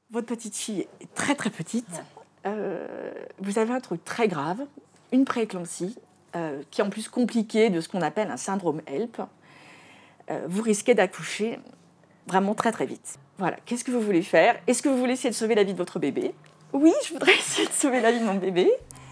Votre petite fille est très très petite. Vous avez un truc très grave, une prééclampsie, qui est en plus compliquée de ce qu'on appelle un syndrome HELP. Vous risquez d'accoucher vraiment très très vite. Voilà, qu'est-ce que vous voulez faire? Est-ce que vous voulez essayer de sauver la vie de votre bébé? Oui, je voudrais essayer de sauver la vie de mon bébé.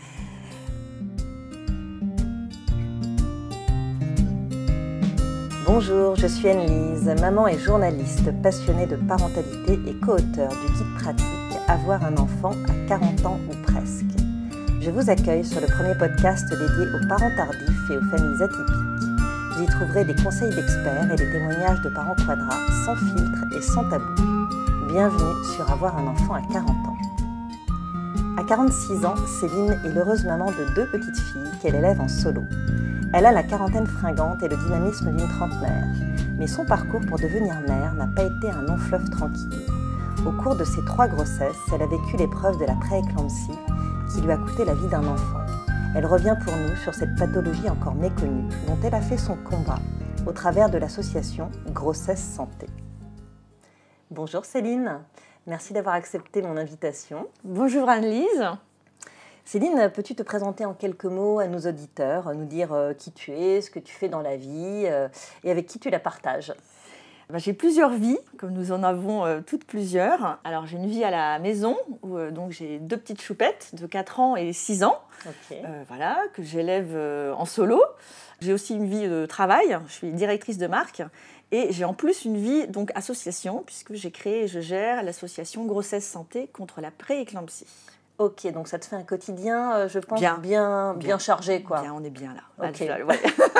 Bonjour, je suis Anne-Lise, maman et journaliste passionnée de parentalité et co-auteure du guide pratique Avoir un enfant à 40 ans ou presque. Je vous accueille sur le premier podcast dédié aux parents tardifs et aux familles atypiques. Vous y trouverez des conseils d'experts et des témoignages de parents quadras, sans filtre et sans tabou. Bienvenue sur Avoir un enfant à 40 ans. À 46 ans, Céline est l'heureuse maman de 2 petites filles qu'elle élève en solo. Elle a la quarantaine fringante et le dynamisme d'une trentenaire. Mais son parcours pour devenir mère n'a pas été un long fleuve tranquille. Au cours de ses 3 grossesses, elle a vécu l'épreuve de la prééclampsie qui lui a coûté la vie d'un enfant. Elle revient pour nous sur cette pathologie encore méconnue dont elle a fait son combat au travers de l'association Grossesse Santé. Bonjour Céline, merci d'avoir accepté mon invitation. Bonjour Anne-Lise. Céline, peux-tu te présenter en quelques mots à nos auditeurs, nous dire qui tu es, ce que tu fais dans la vie et avec qui tu la partages? J'ai plusieurs vies, comme nous en avons toutes plusieurs. Alors j'ai une vie à la maison, où donc j'ai 2 petites choupettes de 4 ans et 6 ans, voilà, que j'élève en solo. J'ai aussi une vie de travail, je suis directrice de marque. Et j'ai en plus une vie donc association, puisque j'ai créé et je gère l'association Grossesse Santé contre la prééclampsie. Ok, donc ça te fait un quotidien, je pense, bien chargé, quoi. Bien, on est bien là. Okay. Ouais.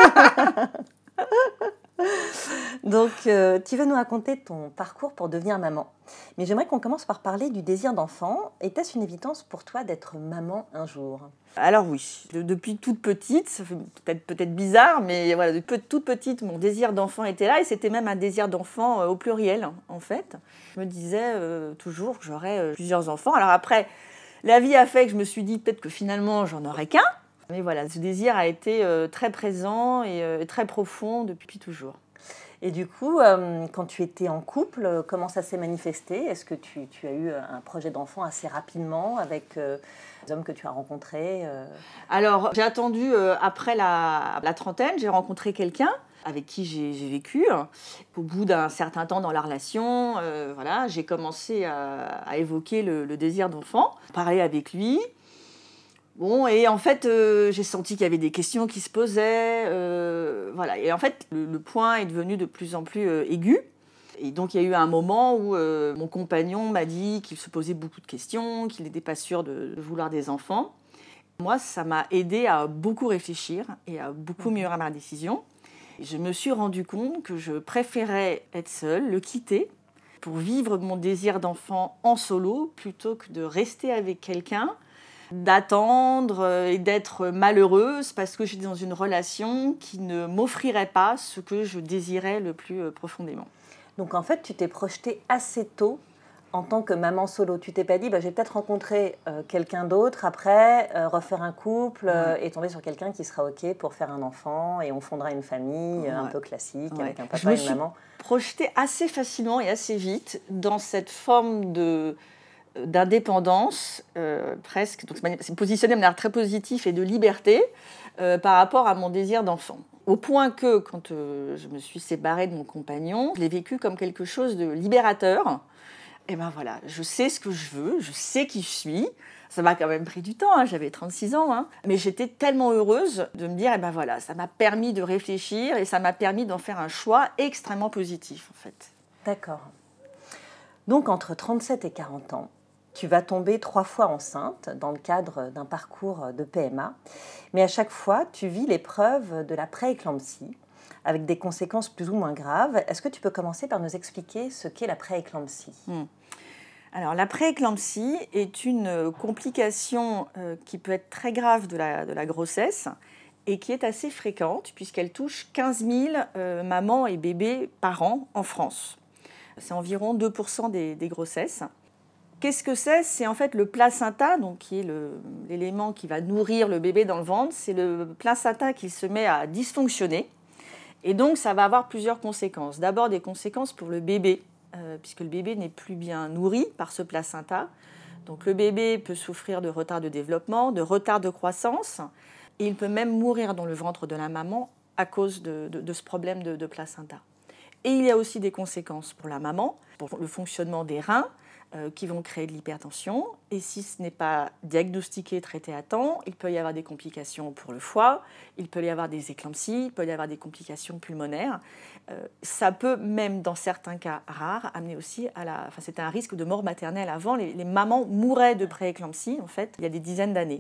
Donc, tu vas nous raconter ton parcours pour devenir maman. Mais j'aimerais qu'on commence par parler du désir d'enfant. Était-ce une évidence pour toi d'être maman un jour? Alors oui, depuis toute petite, ça fait peut-être bizarre, mais voilà, depuis toute petite, mon désir d'enfant était là et c'était même un désir d'enfant au pluriel, en fait. Je me disais toujours que j'aurais plusieurs enfants. Alors après, la vie a fait que je me suis dit peut-être que finalement, j'en aurais qu'un. Mais voilà, ce désir a été très présent et très profond depuis toujours. Et du coup, quand tu étais en couple, comment ça s'est manifesté? Est-ce que tu as eu un projet d'enfant assez rapidement avec les hommes que tu as rencontrés? Alors, j'ai attendu après la trentaine, j'ai rencontré quelqu'un avec qui j'ai vécu. Au bout d'un certain temps dans la relation, voilà, j'ai commencé à évoquer le désir d'enfant, parler avec lui. Bon, et en fait, j'ai senti qu'il y avait des questions qui se posaient. Voilà. Et en fait, le point est devenu de plus en plus aigu. Et donc, il y a eu un moment où mon compagnon m'a dit qu'il se posait beaucoup de questions, qu'il n'était pas sûr de vouloir des enfants. Moi, ça m'a aidé à beaucoup réfléchir et à beaucoup mûrir ma décision. Je me suis rendu compte que je préférais être seule, le quitter, pour vivre mon désir d'enfant en solo, plutôt que de rester avec quelqu'un, d'attendre et d'être malheureuse parce que j'étais dans une relation qui ne m'offrirait pas ce que je désirais le plus profondément. Donc en fait, tu t'es projetée assez tôt en tant que maman solo. Tu t'es pas dit, j'ai peut-être rencontré quelqu'un d'autre après, refaire un couple et tomber sur quelqu'un qui sera OK pour faire un enfant et on fondera une famille un peu classique avec un papa et une maman. Je me suis projetée assez facilement et assez vite dans cette forme d'indépendance presque, donc c'est positionné de manière très positive et de liberté par rapport à mon désir d'enfant. Au point que quand je me suis séparée de mon compagnon, je l'ai vécu comme quelque chose de libérateur. Et ben voilà, je sais ce que je veux, je sais qui je suis. Ça m'a quand même pris du temps, j'avais 36 ans, mais j'étais tellement heureuse de me dire, et ben voilà, ça m'a permis de réfléchir et ça m'a permis d'en faire un choix extrêmement positif en fait. D'accord. Donc entre 37 et 40 ans, tu vas tomber 3 fois enceinte dans le cadre d'un parcours de PMA. Mais à chaque fois, tu vis l'épreuve de la prééclampsie avec des conséquences plus ou moins graves. Est-ce que tu peux commencer par nous expliquer ce qu'est la prééclampsie? Alors, la prééclampsie est une complication qui peut être très grave de la grossesse et qui est assez fréquente puisqu'elle touche 15 000 mamans et bébés par an en France. C'est environ 2% des grossesses. Qu'est-ce que c'est? C'est en fait le placenta, donc qui est l'élément qui va nourrir le bébé dans le ventre. C'est le placenta qui se met à dysfonctionner. Et donc, ça va avoir plusieurs conséquences. D'abord, des conséquences pour le bébé, puisque le bébé n'est plus bien nourri par ce placenta. Donc le bébé peut souffrir de retard de développement, de retard de croissance, et il peut même mourir dans le ventre de la maman à cause de ce problème de placenta. Et il y a aussi des conséquences pour la maman, pour le fonctionnement des reins, qui vont créer de l'hypertension. Et si ce n'est pas diagnostiqué, traité à temps, il peut y avoir des complications pour le foie, il peut y avoir des éclampsies, il peut y avoir des complications pulmonaires. Ça peut même, dans certains cas rares, amener aussi à la... Enfin, c'était un risque de mort maternelle avant. Les mamans mouraient de prééclampsie, en fait, il y a des dizaines d'années.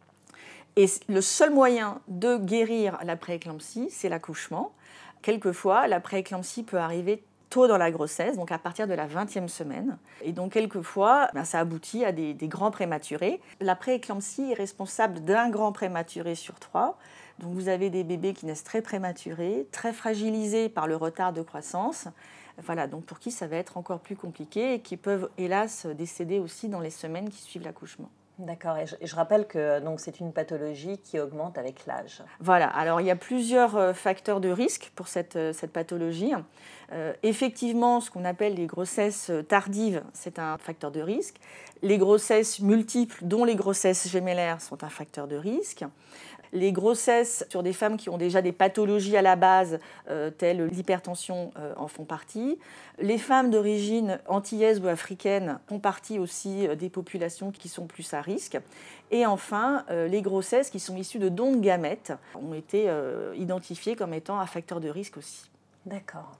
Et le seul moyen de guérir la prééclampsie, c'est l'accouchement. Quelquefois, la prééclampsie peut arriver tôt dans la grossesse, donc à partir de la 20e semaine. Et donc, quelquefois, ça aboutit à des grands prématurés. La prééclampsie est responsable d'un grand prématuré sur 3. Donc, vous avez des bébés qui naissent très prématurés, très fragilisés par le retard de croissance. Voilà, donc pour qui ça va être encore plus compliqué et qui peuvent, hélas, décéder aussi dans les semaines qui suivent l'accouchement. D'accord, et je rappelle que donc, c'est une pathologie qui augmente avec l'âge. Voilà, alors il y a plusieurs facteurs de risque pour cette pathologie. Effectivement, ce qu'on appelle les grossesses tardives, c'est un facteur de risque. Les grossesses multiples, dont les grossesses gémellaires, sont un facteur de risque. Les grossesses sur des femmes qui ont déjà des pathologies à la base, telles l'hypertension, en font partie. Les femmes d'origine antillaise ou africaine font partie aussi des populations qui sont plus à risque. Et enfin, les grossesses qui sont issues de dons de gamètes ont été identifiées comme étant un facteur de risque aussi. D'accord.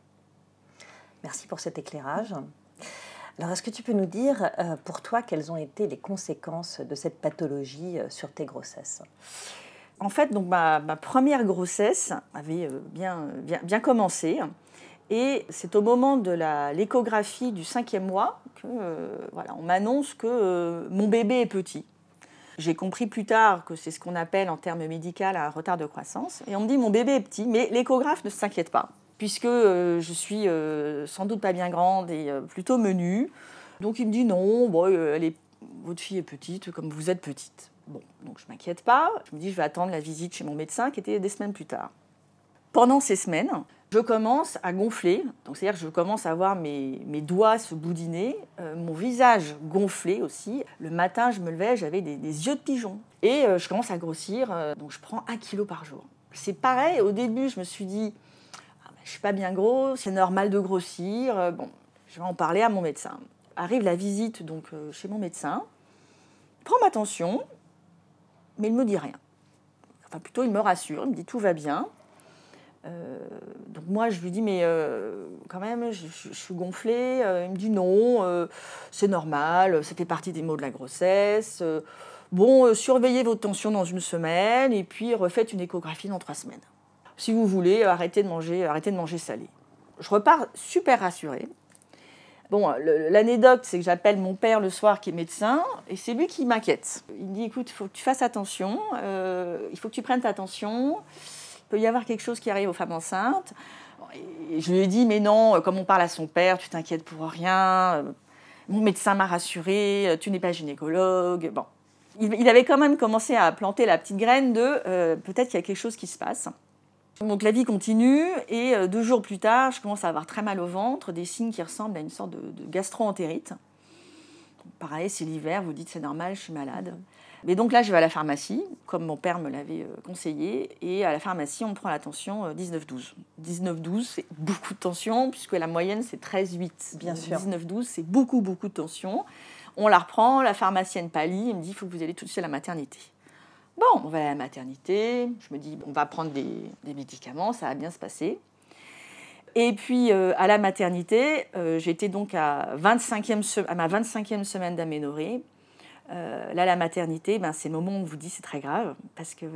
Merci pour cet éclairage. Alors, est-ce que tu peux nous dire, pour toi, quelles ont été les conséquences de cette pathologie sur tes grossesses ? En fait, donc, ma première grossesse avait bien commencé. Et c'est au moment de l'échographie du 5e mois on m'annonce que mon bébé est petit. J'ai compris plus tard que c'est ce qu'on appelle en termes médicaux un retard de croissance. Et on me dit mon bébé est petit, mais l'échographe ne s'inquiète pas, puisque je suis sans doute pas bien grande et plutôt menue. Donc il me dit non, votre fille est petite comme vous êtes petite. Bon, donc je ne m'inquiète pas. Je me dis, je vais attendre la visite chez mon médecin qui était des semaines plus tard. Pendant ces semaines, je commence à gonfler. Donc, c'est-à-dire que je commence à voir mes doigts se boudiner, mon visage gonflé aussi. Le matin, je me levais, j'avais des yeux de pigeon. Et je commence à grossir, donc je prends 1 kilo par jour. C'est pareil, au début, je me suis dit, je ne suis pas bien grosse, c'est normal de grossir. Je vais en parler à mon médecin. Arrive la visite donc, chez mon médecin, prend ma tension, mais il ne me dit rien. Enfin, plutôt, il me rassure, il me dit tout va bien. Donc moi, je lui dis, mais quand même, je suis gonflée. Il me dit non, c'est normal, ça fait partie des maux de la grossesse. Surveillez votre tension dans 1 semaine et puis refaites une échographie dans 3 semaines. Si vous voulez, arrêtez de manger salé. Je repars super rassurée. L'anecdote, c'est que j'appelle mon père le soir qui est médecin et c'est lui qui m'inquiète. Il me dit, écoute, il faut que tu fasses attention, il faut que tu prennes ta tension, il peut y avoir quelque chose qui arrive aux femmes enceintes. Et je lui ai dit, mais non, comme on parle à son père, tu t'inquiètes pour rien, mon médecin m'a rassurée, tu n'es pas gynécologue. Bon. Il avait quand même commencé à planter la petite graine de peut-être qu'il y a quelque chose qui se passe. Donc la vie continue et 2 jours plus tard, je commence à avoir très mal au ventre, des signes qui ressemblent à une sorte de gastro-entérite. Pareil, c'est l'hiver, vous dites c'est normal, je suis malade. Mais donc là, je vais à la pharmacie, comme mon père me l'avait conseillé, et à la pharmacie, on me prend la tension 19-12. 19-12, c'est beaucoup de tension, puisque la moyenne, c'est 13-8. Bien sûr. 19-12, c'est beaucoup de tension. On la reprend, la pharmacienne pâlit, elle me dit, il faut que vous allez tout de suite à la maternité. Bon, on va à la maternité, je me dis, on va prendre des médicaments, ça va bien se passer. Et puis, à la maternité, j'étais donc à ma 25e semaine d'aménorrhée. Là, la maternité, c'est le moment où on vous dit c'est très grave, parce que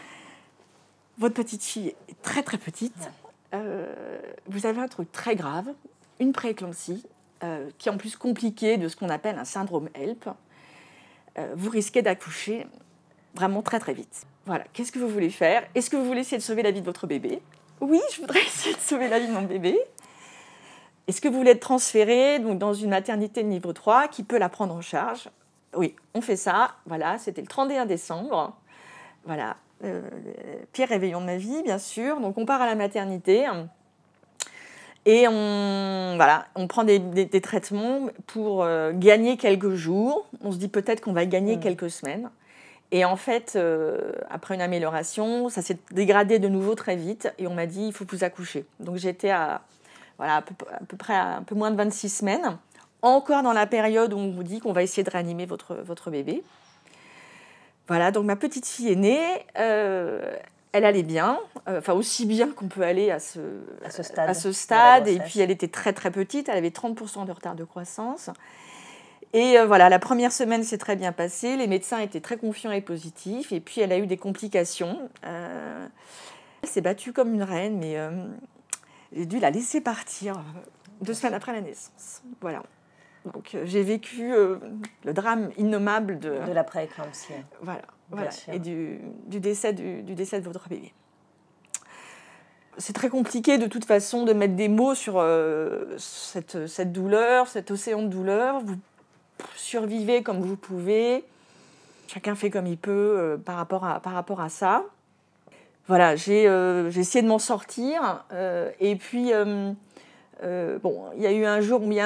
votre petite fille est très très petite. Vous avez un truc très grave, une prééclampsie, qui est en plus compliquée de ce qu'on appelle un syndrome HELP. Vous risquez d'accoucher vraiment très très vite. Voilà, qu'est-ce que vous voulez faire ? Est-ce que vous voulez essayer de sauver la vie de votre bébé ? Oui, je voudrais essayer de sauver la vie de mon bébé. Est-ce que vous voulez être transféré donc, dans une maternité de niveau 3 qui peut la prendre en charge ? Oui, on fait ça. Voilà, c'était le 31 décembre. Voilà, pire réveillon de ma vie, bien sûr. Donc on part à la maternité. Et on prend des traitements pour gagner quelques jours. On se dit peut-être qu'on va gagner quelques semaines. Et en fait, après une amélioration, ça s'est dégradé de nouveau très vite. Et on m'a dit, il faut vous accoucher. Donc j'étais à peu près à un peu moins de 26 semaines. Encore dans la période où on vous dit qu'on va essayer de réanimer votre bébé. Voilà, donc ma petite fille est née. Elle allait bien, aussi bien qu'on peut aller à ce stade. Et puis elle était très très petite, elle avait 30% de retard de croissance. Et la première semaine s'est très bien passée, les médecins étaient très confiants et positifs. Et puis elle a eu des complications. Elle s'est battue comme une reine, mais j'ai dû la laisser partir 2 semaines après la naissance. Voilà. Donc j'ai vécu le drame innommable de la pré-éclampsie. Voilà. Et du décès de votre bébé. C'est très compliqué de toute façon de mettre des mots sur cette douleur, cet océan de douleur. Vous survivez comme vous pouvez. Chacun fait comme il peut par rapport à ça. Voilà, j'ai essayé de m'en sortir. Et puis, il y a un jour où il y a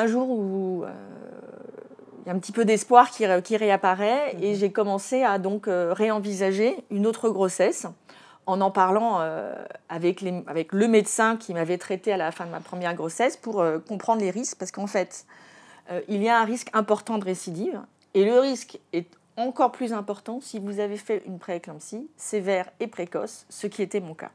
un petit peu d'espoir qui réapparaît. Et j'ai commencé à donc réenvisager une autre grossesse en parlant avec le médecin qui m'avait traité à la fin de ma première grossesse pour comprendre les risques. Parce qu'en fait, il y a un risque important de récidive. Et le risque est encore plus important si vous avez fait une pré-éclampsie sévère et précoce, ce qui était mon cas.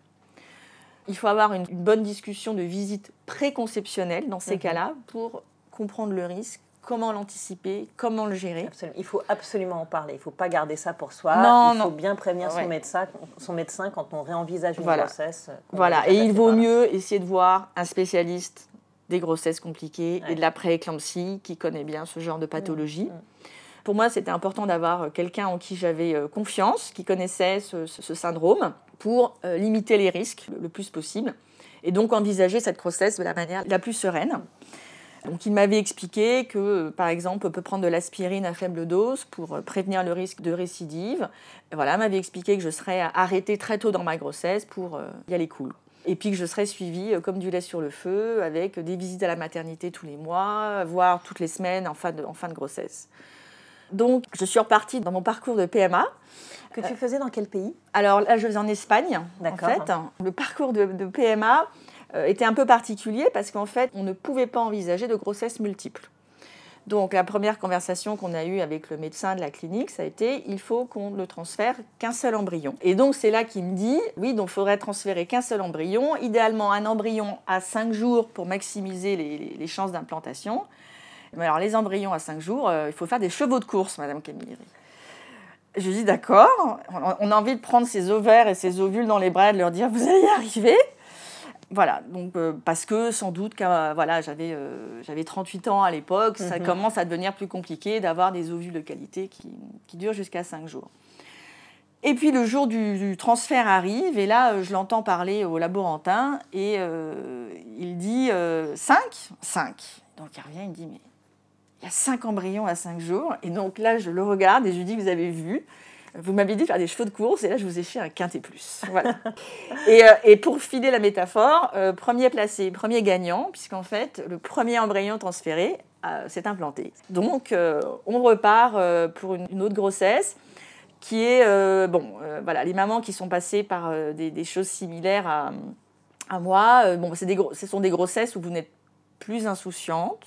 Il faut avoir une bonne discussion de visite préconceptionnelle dans ces cas-là pour comprendre le risque, comment l'anticiper, comment le gérer. Absolument. Il faut absolument en parler. Il ne faut pas garder ça pour soi. Il faut bien prévenir son médecin quand on réenvisage une grossesse. Et il vaut mieux essayer de voir un spécialiste des grossesses compliquées et de la pré-éclampsie qui connaît bien ce genre de pathologie. Pour moi, c'était important d'avoir quelqu'un en qui j'avais confiance, qui connaissait ce syndrome, pour limiter les risques le plus possible. Et donc envisager cette grossesse de la manière la plus sereine. Donc il m'avait expliqué que, par exemple, on peut prendre de l'aspirine à faible dose pour prévenir le risque de récidive. Et il m'avait expliqué que je serais arrêtée très tôt dans ma grossesse pour y aller cool. Et puis que je serais suivie comme du lait sur le feu, avec des visites à la maternité tous les mois, voire toutes les semaines en fin de grossesse. Donc, je suis repartie dans mon parcours de PMA. Que tu faisais dans quel pays ? Alors là, je faisais en Espagne, D'accord. en fait. Le parcours de PMA était un peu particulier parce qu'en fait, on ne pouvait pas envisager de grossesse multiple. Donc, la première conversation qu'on a eue avec le médecin de la clinique, ça a été « il faut qu'on ne transfère qu'un seul embryon ». Et donc, c'est là qu'il me dit « oui, donc il faudrait transférer qu'un seul embryon, idéalement un embryon à 5 jours pour maximiser les chances d'implantation ». Mais alors, les embryons à 5 jours, il faut faire des chevaux de course, Madame Camilleri. Je dis d'accord, on a envie de prendre ces ovaires et ces ovules dans les bras et de leur dire « vous allez y arriver ». Voilà, donc parce que sans doute j'avais 38 ans à l'époque, ça commence à devenir plus compliqué d'avoir des ovules de qualité qui durent jusqu'à 5 jours. Et puis le jour du transfert arrive, et là je l'entends parler au laborantin, et il dit 5 ? Donc il revient, il me dit « mais il y a 5 embryons à 5 jours ». Et donc là je le regarde et je lui dis « vous avez vu ? Vous m'avez dit de faire des chevaux de course et là, je vous ai fait un quintet plus. » Voilà. Et pour filer la métaphore, premier placé, premier gagnant, puisqu'en fait, le premier embryon transféré s'est implanté. Donc, on repart pour une autre grossesse qui est... les mamans qui sont passées par des choses similaires à moi, ce sont des grossesses où vous n'êtes plus insouciante.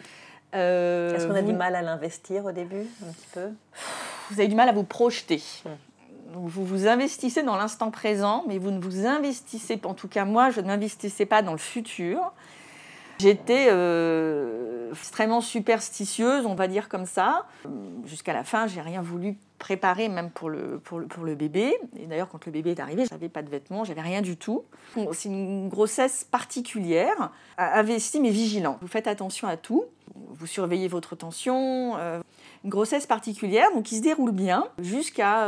Est-ce qu'on a du mal à l'investir au début, un petit peu ? Vous avez du mal à vous projeter. Vous vous investissez dans l'instant présent, mais vous ne vous investissez pas. En tout cas, moi, je ne m'investissais pas dans le futur. J'étais extrêmement superstitieuse, on va dire comme ça. Jusqu'à la fin, je n'ai rien voulu préparer, même pour le bébé. Et d'ailleurs, quand le bébé est arrivé, je n'avais pas de vêtements, je n'avais rien du tout. C'est une grossesse particulière, investie mais vigilante. Vous faites attention à tout. Vous surveillez votre tension. Une grossesse particulière, donc qui se déroule bien. Jusqu'à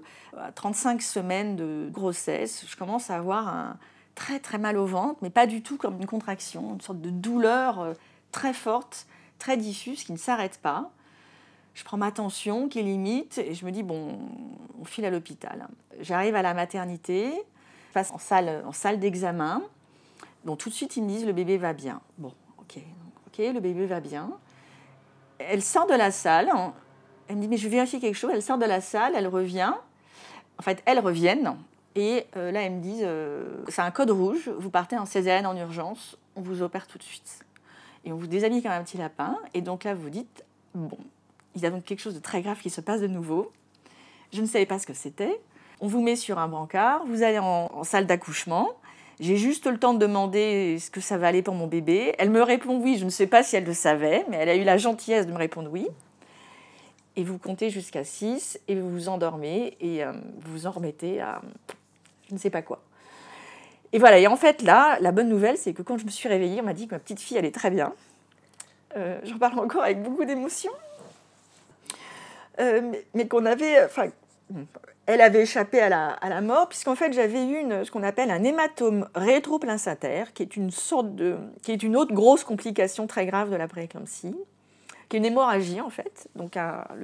35 semaines de grossesse, je commence à avoir un très très mal au ventre, mais pas du tout comme une contraction, une sorte de douleur très forte, très diffuse, qui ne s'arrête pas. Je prends ma tension qui est limite et je me dis, bon, on file à l'hôpital. J'arrive à la maternité, je passe en salle d'examen. Donc tout de suite, ils me disent, le bébé va bien. Bon, ok, le bébé va bien. Elle sort de la salle, elle me dit, mais je vais vérifier quelque chose. Elle sort de la salle, elle revient. En fait, elles reviennent. Et là, elles me disent, c'est un code rouge, vous partez en césarienne en urgence, on vous opère tout de suite. Et on vous déshabille comme un petit lapin. Et donc là, vous vous dites, bon, il y a donc quelque chose de très grave qui se passe de nouveau. Je ne savais pas ce que c'était. On vous met sur un brancard, vous allez en salle d'accouchement. J'ai juste le temps de demander ce que ça va aller pour mon bébé. Elle me répond oui, je ne sais pas si elle le savait, mais elle a eu la gentillesse de me répondre oui. Et vous comptez jusqu'à 6 et vous vous endormez et vous vous en remettez à je ne sais pas quoi. Et voilà, et en fait là, la bonne nouvelle, c'est que quand je me suis réveillée, on m'a dit que ma petite fille allait très bien. J'en parle encore avec beaucoup d'émotion. Mais qu'on avait... Elle avait échappé à la mort, puisqu'en fait, j'avais eu ce qu'on appelle un hématome rétroplacentaire, qui est qui est une autre grosse complication très grave de la prééclampsie, qui est une hémorragie, en fait. Donc,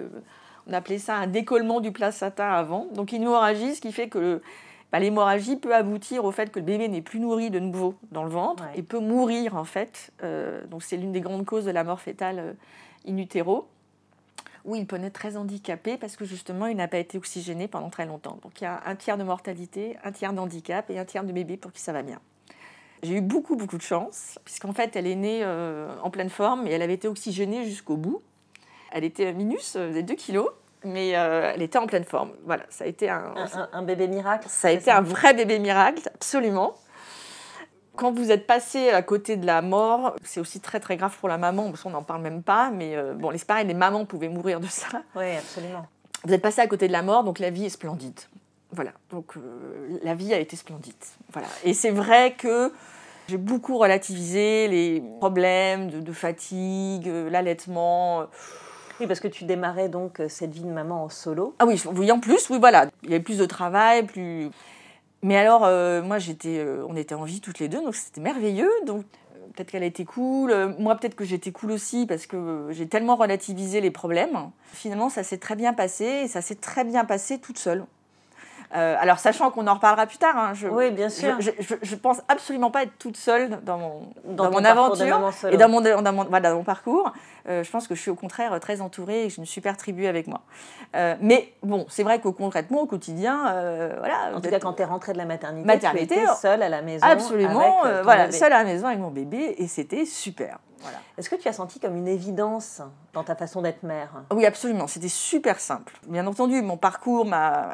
on appelait ça un décollement du placenta avant. Donc, une hémorragie, ce qui fait que l'hémorragie peut aboutir au fait que le bébé n'est plus nourri de nouveau dans le ventre et peut mourir, en fait. Donc, c'est l'une des grandes causes de la mort fœtale in utero. Où il peut naître très handicapé parce que justement il n'a pas été oxygéné pendant très longtemps. Donc il y a un tiers de mortalité, un tiers d'handicap et un tiers de bébé pour qui ça va bien. J'ai eu beaucoup de chance puisqu'en fait elle est née en pleine forme et elle avait été oxygénée jusqu'au bout. Elle était minus, elle faisait 2 kilos, mais elle était en pleine forme. Voilà, ça a été un bébé miracle. Ça a été un vrai bébé miracle, absolument. Quand vous êtes passé à côté de la mort, c'est aussi très très grave pour la maman, parce qu'on n'en parle même pas, mais bon, c'est pareil, les mamans pouvaient mourir de ça. Oui, absolument. Vous êtes passé à côté de la mort, donc la vie est splendide. Voilà, donc la vie a été splendide. Voilà. Et c'est vrai que j'ai beaucoup relativisé les problèmes de fatigue, l'allaitement. Oui, parce que tu démarrais donc cette vie de maman en solo. Ah oui, en plus, oui, voilà. Il y avait plus de travail, plus... Mais alors, moi, on était en vie toutes les deux, donc c'était merveilleux. Donc, peut-être qu'elle a été cool. Moi, peut-être que j'étais cool aussi, parce que j'ai tellement relativisé les problèmes. Finalement, ça s'est très bien passé, et ça s'est très bien passé toute seule. Alors, sachant qu'on en reparlera plus tard, oui, bien sûr. Je pense absolument pas être toute seule dans mon aventure et dans mon parcours. Je pense que je suis au contraire très entourée et que j'ai une super tribu avec moi. Mais bon, c'est vrai que concrètement, au quotidien, voilà. En tout cas, quand tu es rentrée de la maternité, tu étais seule à la maison. Absolument, avec voilà, seule à la maison avec mon bébé et c'était super. Voilà. Est-ce que tu as senti comme une évidence dans ta façon d'être mère ? Oui, absolument. C'était super simple. Bien entendu, mon parcours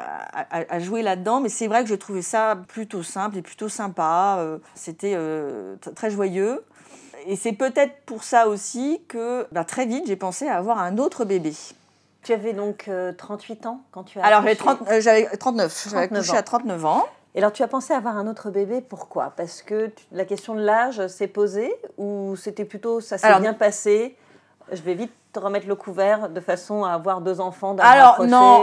a joué là-dedans, mais c'est vrai que je trouvais ça plutôt simple et plutôt sympa. C'était très joyeux. Et c'est peut-être pour ça aussi que très vite, j'ai pensé à avoir un autre bébé. Tu avais donc 38 ans quand tu as Alors, accouché. j'avais 39. J'avais accouché à 39 ans. Et alors, tu as pensé à avoir un autre bébé, pourquoi ? Parce que la question de l'âge s'est posée ou c'était plutôt ça s'est bien passé, je vais vite te remettre le couvert de façon à avoir 2 enfants d'un rapproché, non.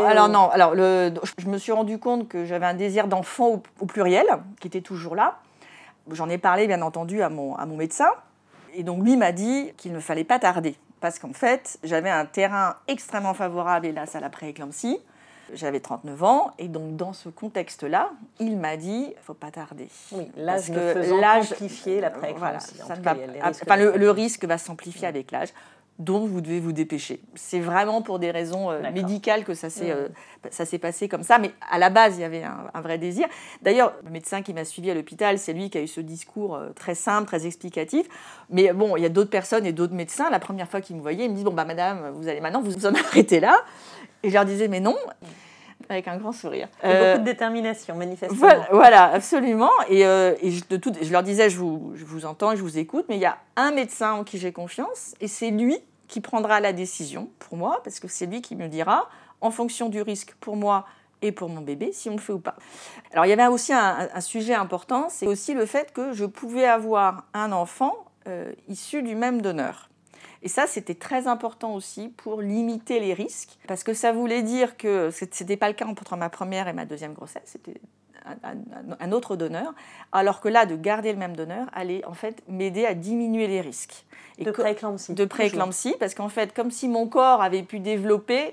Je me suis rendu compte que j'avais un désir d'enfant au pluriel, qui était toujours là. J'en ai parlé, bien entendu, à mon médecin. Et donc, lui m'a dit qu'il ne fallait pas tarder. Parce qu'en fait, j'avais un terrain extrêmement favorable, hélas, à la prééclampsie. J'avais 39 ans, et donc dans ce contexte-là, il m'a dit « il ne faut pas tarder ». Oui, l'âge ne faisant qu'amplifier la prééclampsie. Le risque va s'amplifier avec l'âge, donc vous devez vous dépêcher. C'est vraiment pour des raisons médicales que ça s'est passé comme ça, mais à la base, il y avait un vrai désir. D'ailleurs, le médecin qui m'a suivi à l'hôpital, c'est lui qui a eu ce discours très simple, très explicatif. Mais bon, il y a d'autres personnes et d'autres médecins, la première fois qu'ils me voyaient, ils me disent « Bon, madame, vous allez maintenant vous en arrêtez là ». Et je leur disais, mais non, avec un grand sourire. Et beaucoup de détermination, manifestement. Voilà, absolument. Et je leur disais, je vous entends et je vous écoute, mais il y a un médecin en qui j'ai confiance, et c'est lui qui prendra la décision pour moi, parce que c'est lui qui me dira, en fonction du risque pour moi et pour mon bébé, si on le fait ou pas. Alors, il y avait aussi un sujet important, c'est aussi le fait que je pouvais avoir un enfant issu du même donneur. Et ça, c'était très important aussi pour limiter les risques, parce que ça voulait dire que ce n'était pas le cas entre ma première et ma deuxième grossesse, c'était un autre donneur, alors que là, de garder le même donneur allait en fait m'aider à diminuer les risques. De prééclampsie. De prééclampsie, parce qu'en fait, comme si mon corps avait pu développer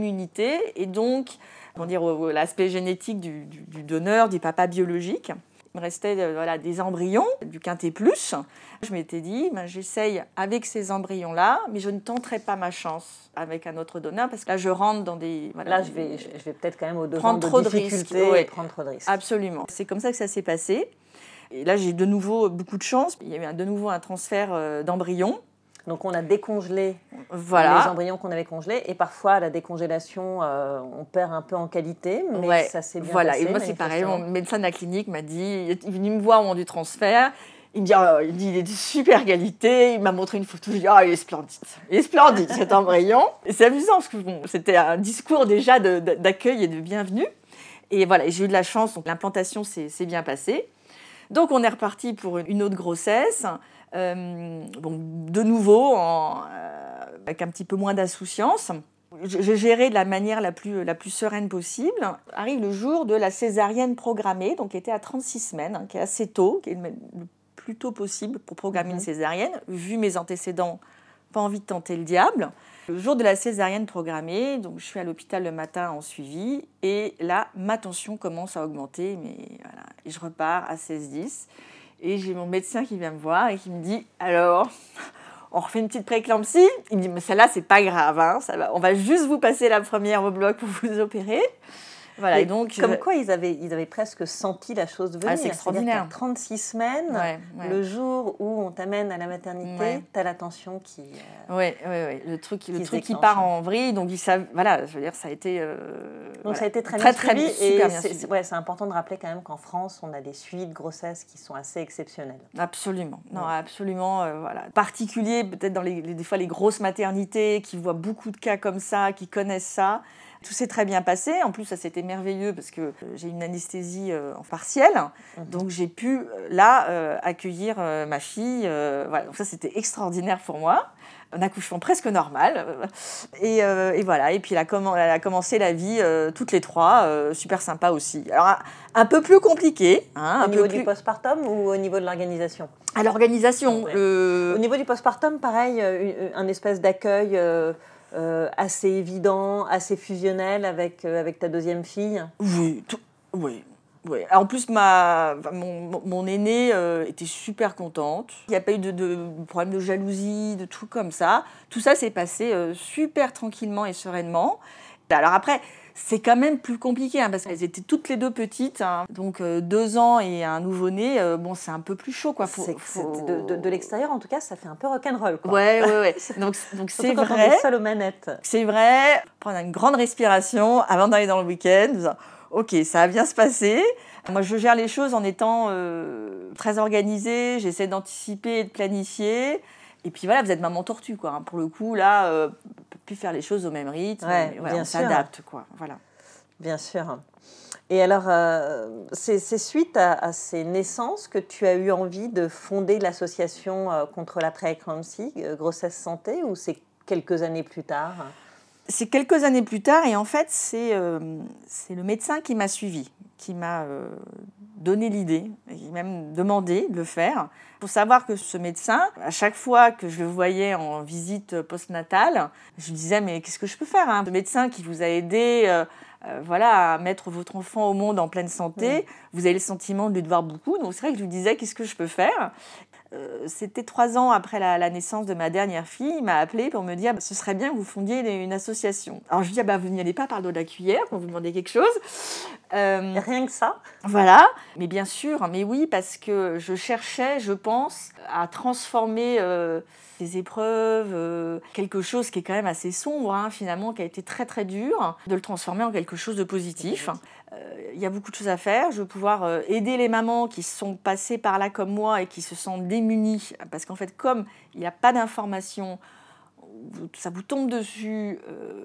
l'immunité, et donc, l'aspect génétique du donneur, du papa biologique. Il me restait des embryons du quintet plus. Je m'étais dit, j'essaye avec ces embryons-là, mais je ne tenterai pas ma chance avec un autre donneur, parce que là, je rentre dans des... Là, je vais peut-être quand même au-devant prendre trop de difficultés risques, et prendre trop de risques. Absolument. C'est comme ça que ça s'est passé. Et là, j'ai de nouveau beaucoup de chance. Il y a eu de nouveau un transfert d'embryons. Donc, on a décongelé les embryons qu'on avait congelés. Et parfois, à la décongélation, on perd un peu en qualité, mais ça s'est bien passé. Et moi, c'est pareil. Mon médecin de la clinique m'a dit, il est venu me voir au moment du transfert. Il me dit, il est de super qualité. Il m'a montré une photo. Je dis, il est splendide. Il est splendide, cet embryon. Et c'est amusant, parce que c'était un discours déjà d'accueil et de bienvenue. Et voilà, j'ai eu de la chance. Donc, l'implantation s'est bien passée. Donc, on est reparti pour une autre grossesse. De nouveau, avec un petit peu moins d'insouciance. Je gérais de la manière la plus sereine possible. Arrive le jour de la césarienne programmée, donc qui était à 36 semaines, qui est assez tôt, qui est le plus tôt possible pour programmer une césarienne. Vu mes antécédents, pas envie de tenter le diable. Le jour de la césarienne programmée, donc je suis à l'hôpital le matin en suivi, et là, ma tension commence à augmenter, et je repars à 16-10. Et j'ai mon médecin qui vient me voir et qui me dit « Alors, on refait une petite prééclampsie ?» Il me dit « Mais celle-là, c'est pas grave, hein, ça va. On va juste vous passer la première au bloc pour vous opérer. » Voilà, et donc, comme quoi, ils avaient presque senti la chose venir. C'est extraordinaire. 36 semaines, le jour où on t'amène à la maternité, tu as la tension qui... Oui. Le truc qui part en vrille. Donc, ça a été... Donc, ça a été très bien suivi. Super bien suivi. C'est important de rappeler quand même qu'en France, on a des suivis de grossesse qui sont assez exceptionnels. Absolument. Absolument. Particulier, peut-être dans des fois les grosses maternités qui voient beaucoup de cas comme ça, qui connaissent ça. Tout s'est très bien passé. En plus, ça c'était merveilleux parce que j'ai une anesthésie en partielle. Donc, j'ai pu, accueillir ma fille. Donc, ça, c'était extraordinaire pour moi. Un accouchement presque normal. Et voilà. Et puis, elle a commencé la vie toutes les trois. Super sympa aussi. Alors, un peu plus compliqué. Au niveau du postpartum ou au niveau de l'organisation ? À l'organisation. Au niveau du postpartum, pareil, un espèce d'accueil... assez évident, assez fusionnel avec ta deuxième fille. Oui. En plus, mon aînée était super contente. Il n'y a pas eu de problème de jalousie, de trucs comme ça. Tout ça s'est passé super tranquillement et sereinement. Alors après, c'est quand même plus compliqué parce qu'elles étaient toutes les deux petites. Donc 2 ans et un nouveau-né, c'est un peu plus chaud. Quoi. De l'extérieur, en tout cas, ça fait un peu rock'n'roll. Ouais. Donc c'est vrai. Quand on est seul aux manettes. C'est vrai. Prendre une grande respiration avant d'aller dans le week-end. Ok, ça va bien se passer. Moi, je gère les choses en étant très organisée. J'essaie d'anticiper et de planifier. Et puis voilà, vous êtes maman tortue, quoi. Pour le coup, là, on ne peut plus faire les choses au même rythme. On s'adapte, quoi. Voilà. Bien sûr. Et alors, c'est suite à ces naissances que tu as eu envie de fonder l'association contre la pré-éclampsie, Grossesse Santé, ou c'est quelques années plus tard ? C'est quelques années plus tard, et en fait, c'est le médecin qui m'a suivie, qui m'a donné l'idée, et qui m'a même demandé de le faire. Il faut savoir que ce médecin, à chaque fois que je le voyais en visite postnatale, je lui disais « Mais qu'est-ce que je peux faire ? Le médecin qui vous a aidé à mettre votre enfant au monde en pleine santé, vous avez le sentiment de lui devoir beaucoup. » Donc c'est vrai que je lui disais « Qu'est-ce que je peux faire ?» C'était 3 ans après la naissance de ma dernière fille. Il m'a appelée pour me dire « Ce serait bien que vous fondiez une association. » Alors je lui dis « Vous n'y allez pas par le dos de la cuillère quand vous demandez quelque chose. » Rien que ça. Voilà. Mais bien sûr, mais oui, parce que je cherchais, je pense, à transformer ces épreuves, quelque chose qui est quand même assez sombre, finalement, qui a été très très dur, de le transformer en quelque chose de positif. Il y a beaucoup de choses à faire. Je veux pouvoir aider les mamans qui sont passées par là comme moi et qui se sentent démunies. Parce qu'en fait, comme il n'y a pas d'information, ça vous tombe dessus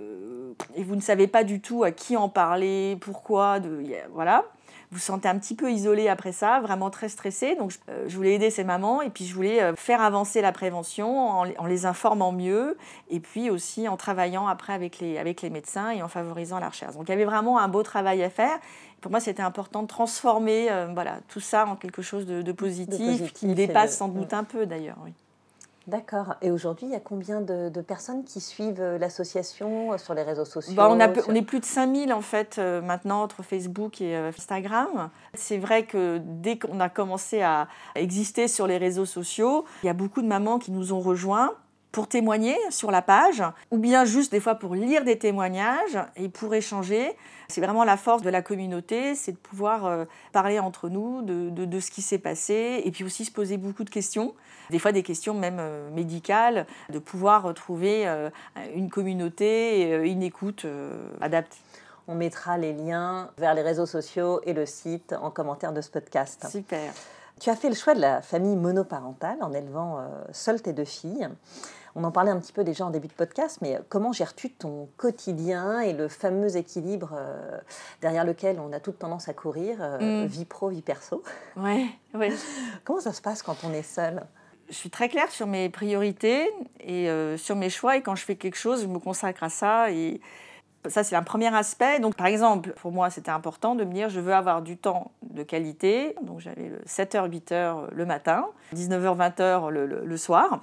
et vous ne savez pas du tout à qui en parler, pourquoi, voilà. Vous vous sentez un petit peu isolé après ça, vraiment très stressé. Donc, je voulais aider ces mamans et puis je voulais faire avancer la prévention en les informant mieux et puis aussi en travaillant après avec les médecins et en favorisant la recherche. Donc, il y avait vraiment un beau travail à faire. Pour moi, c'était important de transformer tout ça en quelque chose de positif qui dépasse sans doute un peu d'ailleurs. Oui. D'accord. Et aujourd'hui, il y a combien de personnes qui suivent l'association sur les réseaux sociaux? On est plus de 5000 en fait maintenant entre Facebook et Instagram. C'est vrai que dès qu'on a commencé à exister sur les réseaux sociaux, il y a beaucoup de mamans qui nous ont rejoints pour témoigner sur la page, ou bien juste des fois pour lire des témoignages et pour échanger. C'est vraiment la force de la communauté, c'est de pouvoir parler entre nous de ce qui s'est passé et puis aussi se poser beaucoup de questions, des fois des questions même médicales, de pouvoir trouver une communauté et une écoute adaptée. On mettra les liens vers les réseaux sociaux et le site en commentaire de ce podcast. Super. Tu as fait le choix de la famille monoparentale en élevant seule tes 2 filles. On en parlait un petit peu déjà en début de podcast, mais comment gères-tu ton quotidien et le fameux équilibre derrière lequel on a toute tendance à courir, vie pro, vie perso? Ouais. Comment ça se passe quand on est seul? Je suis très claire sur mes priorités et sur mes choix, et quand je fais quelque chose, je me consacre à ça. Et ça, c'est un premier aspect. Donc, par exemple, pour moi, c'était important de me dire je veux avoir du temps de qualité. Donc, j'avais 7h, 8h le matin, 19h, 20h le soir.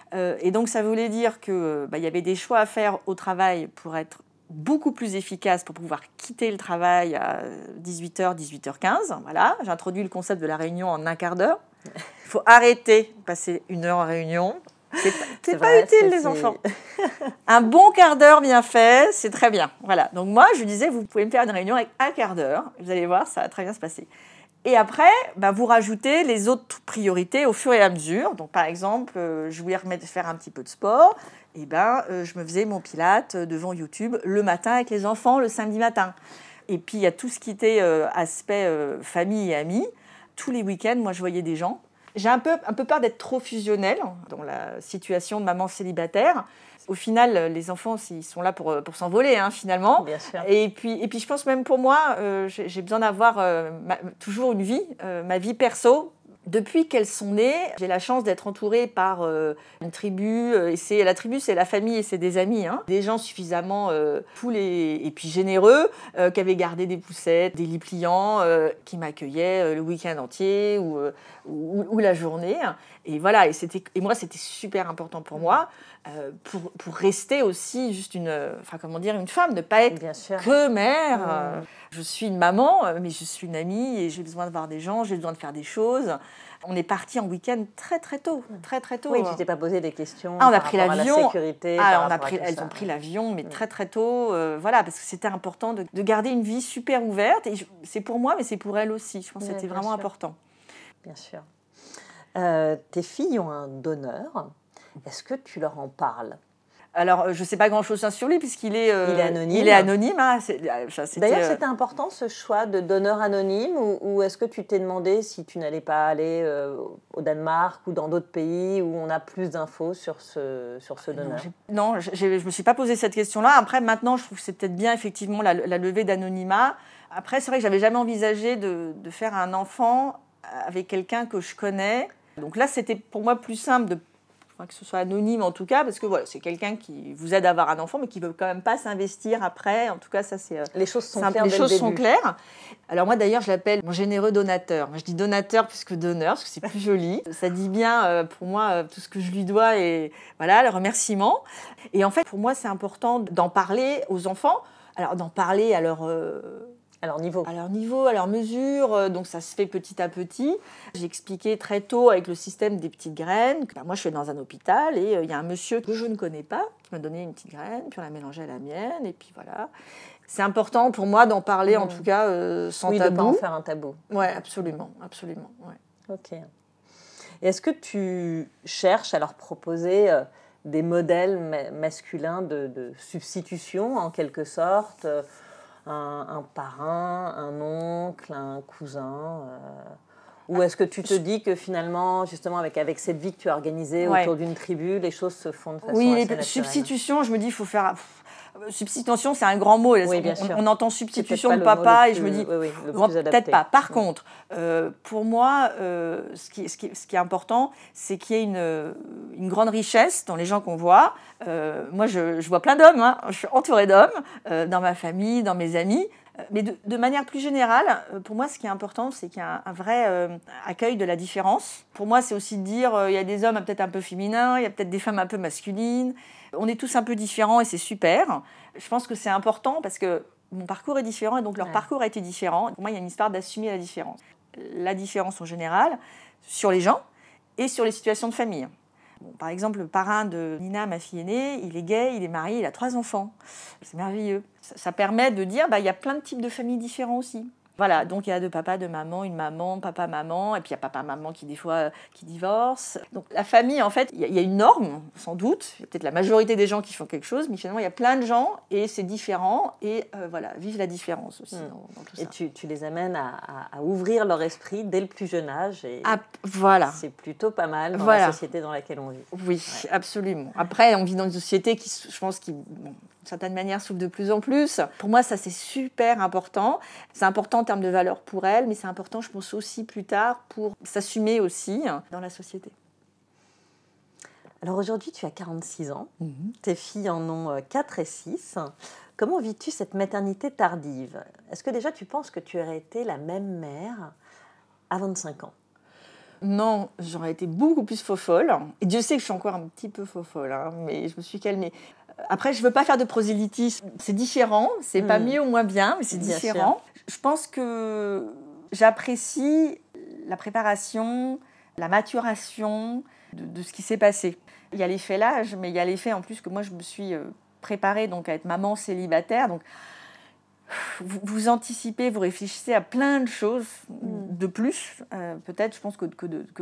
Et donc, ça voulait dire qu'il y avait des choix à faire au travail pour être beaucoup plus efficace, pour pouvoir quitter le travail à 18h, 18h15. Voilà, j'ai introduit le concept de la réunion en un quart d'heure. Il faut arrêter de passer 1 heure en réunion. C'est pas utile, les enfants. Un bon quart d'heure bien fait, c'est très bien. Voilà. Donc moi, je disais, vous pouvez me faire une réunion avec un quart d'heure. Vous allez voir, ça va très bien se passer. Et après, vous rajoutez les autres priorités au fur et à mesure. Donc par exemple, je voulais faire un petit peu de sport. Et je me faisais mon pilate devant YouTube le matin avec les enfants, le samedi matin. Et puis il y a tout ce qui était aspect famille et amis. Tous les week-ends, moi, je voyais des gens. J'ai un peu peur d'être trop fusionnelle dans la situation de maman célibataire. Au final, les enfants, ils sont là pour s'envoler, finalement. Bien sûr. Et puis, je pense même pour moi, j'ai besoin d'avoir toujours une vie, ma vie perso. Depuis qu'elles sont nées, j'ai la chance d'être entourée par une tribu. La tribu, c'est la famille et c'est des amis. Des gens suffisamment cool et puis généreux, qui avaient gardé des poussettes, des lits pliants, qui m'accueillaient le week-end entier ou la journée. Et voilà, et moi, c'était super important pour moi, pour rester aussi juste une femme, ne pas être que mère. Je suis une maman, mais je suis une amie et j'ai besoin de voir des gens, j'ai besoin de faire des choses. On est partis en week-end très très tôt, très très tôt. Oui, tu t'es pas posé des questions on a pris l'avion. À la sécurité. Elles ont pris l'avion, mais très très tôt, parce que c'était important de garder une vie super ouverte. Et c'est pour moi, mais c'est pour elles aussi. Je pense que c'était vraiment important. Bien sûr. Tes filles ont un donneur. Est-ce que tu leur en parles? Alors, je ne sais pas grand-chose sur lui, puisqu'il est anonyme. Il est anonyme. D'ailleurs, c'était important ce choix de donneur anonyme, ou est-ce que tu t'es demandé si tu n'allais pas aller au Danemark ou dans d'autres pays où on a plus d'infos sur ce donneur? Non, je ne me suis pas posé cette question-là. Après, maintenant, je trouve que c'est peut-être bien, effectivement, la levée d'anonymat. Après, c'est vrai que je n'avais jamais envisagé de faire un enfant avec quelqu'un que je connais. Donc là, c'était pour moi plus simple que ce soit anonyme en tout cas, parce que voilà, c'est quelqu'un qui vous aide à avoir un enfant, mais qui ne veut quand même pas s'investir après. En tout cas, ça c'est... Les choses sont claires. Les choses sont claires. Alors moi d'ailleurs, je l'appelle mon généreux donateur. Moi, je dis donateur plus que donneur, parce que c'est plus joli. Ça dit bien pour moi tout ce que je lui dois et voilà, le remerciement. Et en fait, pour moi, c'est important d'en parler aux enfants. Alors d'en parler à leur niveau, à leur mesure, donc ça se fait petit à petit. J'ai expliqué très tôt avec le système des petites graines. Moi, je suis dans un hôpital et il y a un monsieur que je ne connais pas qui m'a donné une petite graine, puis on l'a mélangée à la mienne, et puis voilà. C'est important pour moi d'en parler, en tout cas, sans tabou. Oui, de ne pas en faire un tabou. Oui, absolument. Ouais. Ok. Et est-ce que tu cherches à leur proposer des modèles masculins de substitution, en quelque sorte, un parrain, un oncle, un cousin ou est-ce que tu te dis que finalement, justement, avec cette vie que tu as organisée autour d'une tribu, les choses se font de façon assez naturelle? Substitution, je me dis, il faut faire... Substitution, c'est un grand mot. Oui, bien sûr. On entend substitution de papa et je me dis, peut-être pas. Par contre, pour moi, ce qui est important, c'est qu'il y ait une grande richesse dans les gens qu'on voit. Moi, je vois plein d'hommes, hein. Je suis entourée d'hommes dans ma famille, dans mes amis. Mais de manière plus générale, pour moi, ce qui est important, c'est qu'il y a un vrai accueil de la différence. Pour moi, c'est aussi de dire, il y a des hommes peut-être un peu féminins, il y a peut-être des femmes un peu masculines. On est tous un peu différents et c'est super. Je pense que c'est important parce que mon parcours est différent et donc leur parcours a été différent. Pour moi, il y a une histoire d'assumer la différence. La différence en général sur les gens et sur les situations de famille. Bon, par exemple, le parrain de Nina, ma fille aînée, il est gay, il est marié, il a 3 enfants. C'est merveilleux. Ça permet de dire il y a plein de types de familles différents aussi. Voilà, donc il y a 2 papas, 2 mamans, une maman, papa, maman, et puis il y a papa, maman qui des fois qui divorcent. Donc la famille, en fait, il y a une norme, sans doute. Il y a peut-être la majorité des gens qui font quelque chose, mais finalement il y a plein de gens et c'est différent. Et voilà, vive la différence aussi dans tout ça. Et tu les amènes à ouvrir leur esprit dès le plus jeune âge. Et voilà. C'est plutôt pas mal dans la société dans laquelle on vit. Oui, absolument. Après, on vit dans une société qui, je pense, d'une certaine manière, s'ouvre de plus en plus. Pour moi, ça, c'est super important. C'est important en termes de valeur pour elle, mais c'est important, je pense, aussi plus tard pour s'assumer aussi dans la société. Alors aujourd'hui, tu as 46 ans. Tes filles en ont 4 et 6. Comment vis-tu cette maternité tardive ? Est-ce que déjà, tu penses que tu aurais été la même mère à 25 ans ? Non, j'aurais été beaucoup plus fofolle. Et Dieu sait que je suis encore un petit peu fofolle, hein, mais je me suis calmée. Après, je ne veux pas faire de prosélytisme. C'est différent, c'est pas mieux ou moins bien, mais c'est différent. Je pense que j'apprécie la préparation, la maturation de ce qui s'est passé. Il y a l'effet l'âge, mais il y a l'effet en plus que moi, je me suis préparée donc, à être maman célibataire. Donc, vous anticipez, vous réfléchissez à plein de choses de plus, peut-être, je pense, que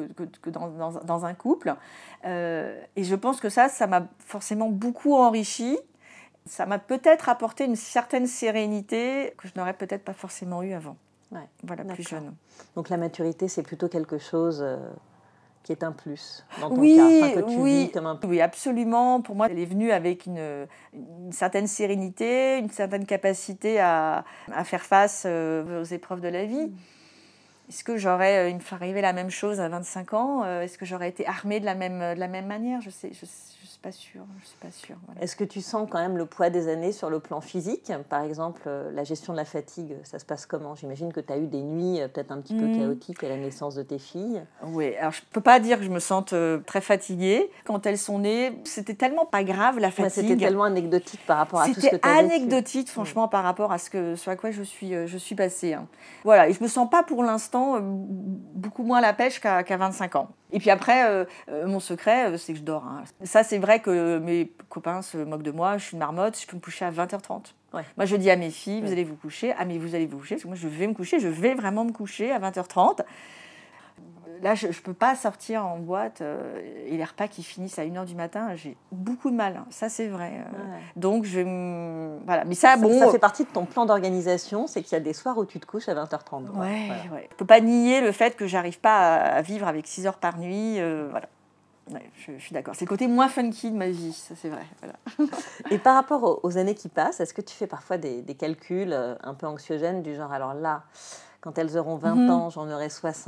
dans un couple. Et je pense que ça m'a forcément beaucoup enrichi. Ça m'a peut-être apporté une certaine sérénité que je n'aurais peut-être pas forcément eue avant. Voilà, plus jeune. Donc la maturité, c'est plutôt quelque chose qui est un plus dans ton cas, que tu vis comme un plus. Oui, absolument. Pour moi, elle est venue avec une certaine sérénité, une certaine capacité à faire face aux épreuves de la vie. Est-ce que il me ferait arriver la même chose à 25 ans ? Est-ce que j'aurais été armée de la même manière ? Je suis pas sûre. Voilà. Est-ce que tu sens quand même le poids des années sur le plan physique ? Par exemple, la gestion de la fatigue, ça se passe comment ? J'imagine que tu as eu des nuits peut-être un petit peu chaotiques à la naissance de tes filles. Oui, alors je peux pas dire que je me sente très fatiguée. Quand elles sont nées, c'était tellement pas grave la fatigue. C'était tellement anecdotique par rapport à tout ce que tu as vécu. C'était anecdotique, franchement, par rapport à ce à quoi je suis passée. Hein. Voilà, et je me sens pas pour l'instant beaucoup moins la pêche qu'à 25 ans. Et puis après, mon secret, c'est que je dors. Hein. Ça, c'est vrai que mes copains se moquent de moi. Je suis une marmotte, je peux me coucher à 20h30. Moi, je dis à mes filles, vous allez vous coucher. Ah, mais vous allez vous coucher, parce que moi, je vais me coucher. Je vais vraiment me coucher à 20h30. Là, je ne peux pas sortir en boîte et les repas qui finissent à 1h du matin, j'ai beaucoup de mal. Hein. Ça, c'est vrai. Donc, je vais voilà. Mais ça fait partie de ton plan d'organisation, c'est qu'il y a des soirs où tu te couches à 20h30. Ouais. Je ne peux pas nier le fait que je n'arrive pas à vivre avec 6 heures par nuit. Voilà. Ouais, je suis d'accord. C'est le côté moins funky de ma vie, ça, c'est vrai. Voilà. Et par rapport aux années qui passent, est-ce que tu fais parfois des calculs un peu anxiogènes du genre, alors là, quand elles auront 20 ans, j'en aurai 60 ?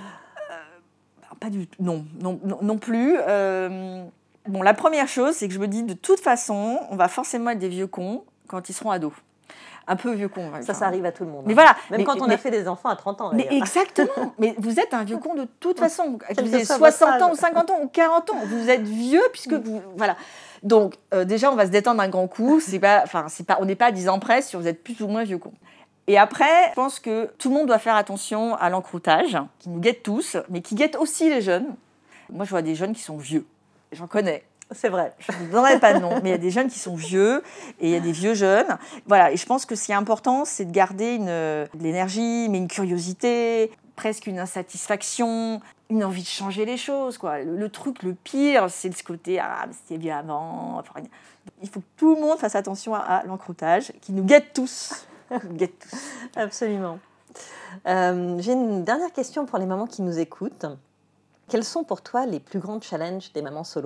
Pas du tout. Non plus. Bon, la première chose, c'est que je me dis, de toute façon, on va forcément être des vieux cons quand ils seront ados. Un peu vieux con. Ça arrive à tout le monde. Mais voilà. Même quand on a fait des enfants à 30 ans. Mais exactement. Mais vous êtes un vieux con de toute façon. Que vous ayez 60 ans, ou 50 ans, ou 40 ans. Vous êtes vieux puisque vous... Voilà. Donc, déjà, on va se détendre un grand coup. On n'est pas à 10 ans près si vous êtes plus ou moins vieux con. Et après, je pense que tout le monde doit faire attention à l'encroutage, qui nous guette tous, mais qui guette aussi les jeunes. Moi, je vois des jeunes qui sont vieux. J'en connais. C'est vrai. Je ne vous donnerai pas de nom, mais il y a des jeunes qui sont vieux et il y a des vieux jeunes. Voilà, et je pense que ce qui est important, c'est de garder de l'énergie, mais une curiosité, presque une insatisfaction, une envie de changer les choses, quoi. Le truc, le pire, c'est ce côté « Ah, mais c'était bien avant ». Il faut que tout le monde fasse attention à l'encroutage, qui nous guette tous. Absolument. J'ai une dernière question pour les mamans qui nous écoutent. Quels sont pour toi les plus grands challenges des mamans solo ?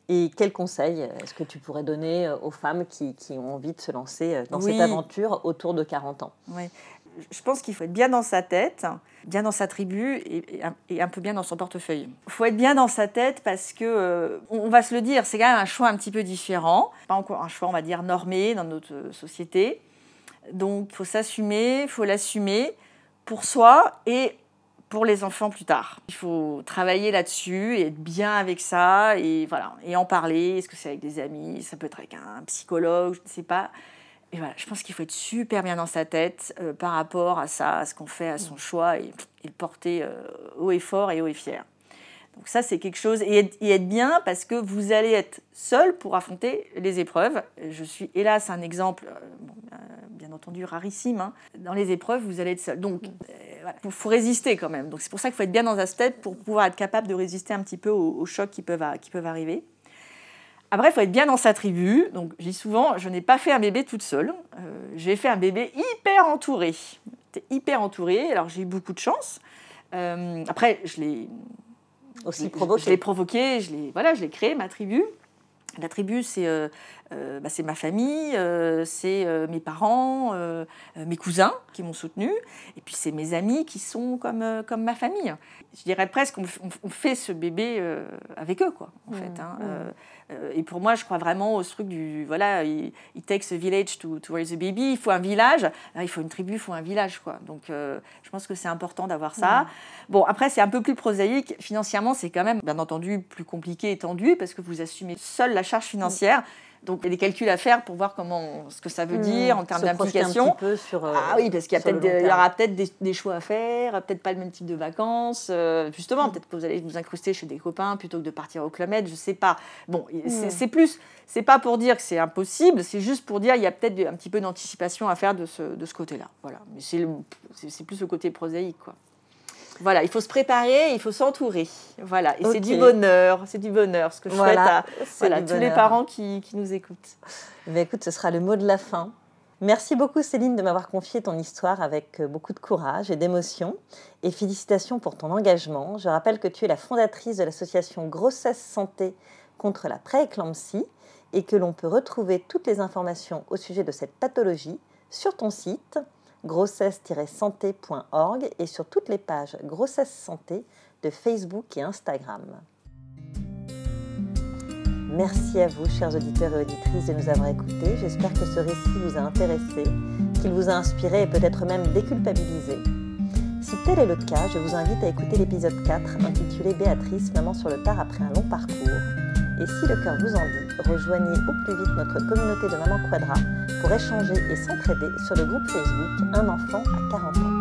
Et quels conseils est-ce que tu pourrais donner aux femmes qui ont envie de se lancer dans cette aventure autour de 40 ans ? Oui. Je pense qu'il faut être bien dans sa tête, bien dans sa tribu et un peu bien dans son portefeuille. Il faut être bien dans sa tête parce que, on va se le dire, c'est quand même un choix un petit peu différent. Pas encore un choix, on va dire, normé dans notre société. Donc, il faut s'assumer, il faut l'assumer pour soi et pour les enfants plus tard. Il faut travailler là-dessus et être bien avec ça et, voilà, et en parler. Est-ce que c'est avec des amis ? Ça peut être avec un psychologue, je ne sais pas. Et voilà, je pense qu'il faut être super bien dans sa tête par rapport à ça, à ce qu'on fait, à son choix et le porter haut et fort et haut et fier. Donc ça, c'est quelque chose. Et être bien parce que vous allez être seul pour affronter les épreuves. Je suis, hélas, un exemple, bien entendu, rarissime. Hein. Dans les épreuves, vous allez être seul. Donc, voilà, faut résister quand même. Donc c'est pour ça qu'il faut être bien dans sa tête pour pouvoir être capable de résister un petit peu aux chocs qui peuvent arriver. Après, il faut être bien dans sa tribu. Donc, je dis souvent, je n'ai pas fait un bébé toute seule. J'ai fait un bébé hyper entouré. J'étais hyper entourée. Alors, j'ai eu beaucoup de chance. Après, je l'ai provoqué. Je l'ai créé, ma tribu. La tribu, c'est ma famille, c'est mes parents, mes cousins qui m'ont soutenue. Et puis, c'est mes amis qui sont comme ma famille. Je dirais presque qu'on fait ce bébé avec eux, quoi, en fait. Hein. Et pour moi, je crois vraiment au truc du... Voilà, it takes a village to raise a baby. Il faut un village. Il faut une tribu, il faut un village, quoi. Donc, je pense que c'est important d'avoir ça. Bon, après, c'est un peu plus prosaïque. Financièrement, c'est quand même, bien entendu, plus compliqué et tendu parce que vous assumez seul la charge financière. Donc, il y a des calculs à faire pour voir ce que ça veut dire en termes d'implication. Un petit peu sur, oui, parce qu'il y aura peut-être des choix à faire, peut-être pas le même type de vacances. Justement, peut-être que vous allez vous incruster chez des copains plutôt que de partir au Club Med, je ne sais pas. Bon, c'est pas pour dire que c'est impossible, c'est juste pour dire qu'il y a peut-être un petit peu d'anticipation à faire de ce côté-là. Voilà. Mais c'est plus le côté prosaïque, quoi. Voilà, il faut se préparer, il faut s'entourer. Voilà, et c'est du bonheur, ce que je souhaite à tous les parents qui nous écoutent. Mais écoute, ce sera le mot de la fin. Merci beaucoup Céline de m'avoir confié ton histoire avec beaucoup de courage et d'émotion. Et félicitations pour ton engagement. Je rappelle que tu es la fondatrice de l'association Grossesse Santé contre la prééclampsie et que l'on peut retrouver toutes les informations au sujet de cette pathologie sur ton site grossesse-santé.org et sur toutes les pages Grossesse Santé de Facebook et Instagram. Merci à vous, chers auditeurs et auditrices, de nous avoir écoutés. J'espère que ce récit vous a intéressé, qu'il vous a inspiré et peut-être même déculpabilisé. Si tel est le cas, je vous invite à écouter l'épisode 4 intitulé « Béatrice, maman sur le tard après un long parcours ». Et si le cœur vous en dit, rejoignez au plus vite notre communauté de Maman Quadra pour échanger et s'entraider sur le groupe Facebook Un enfant à 40 ans.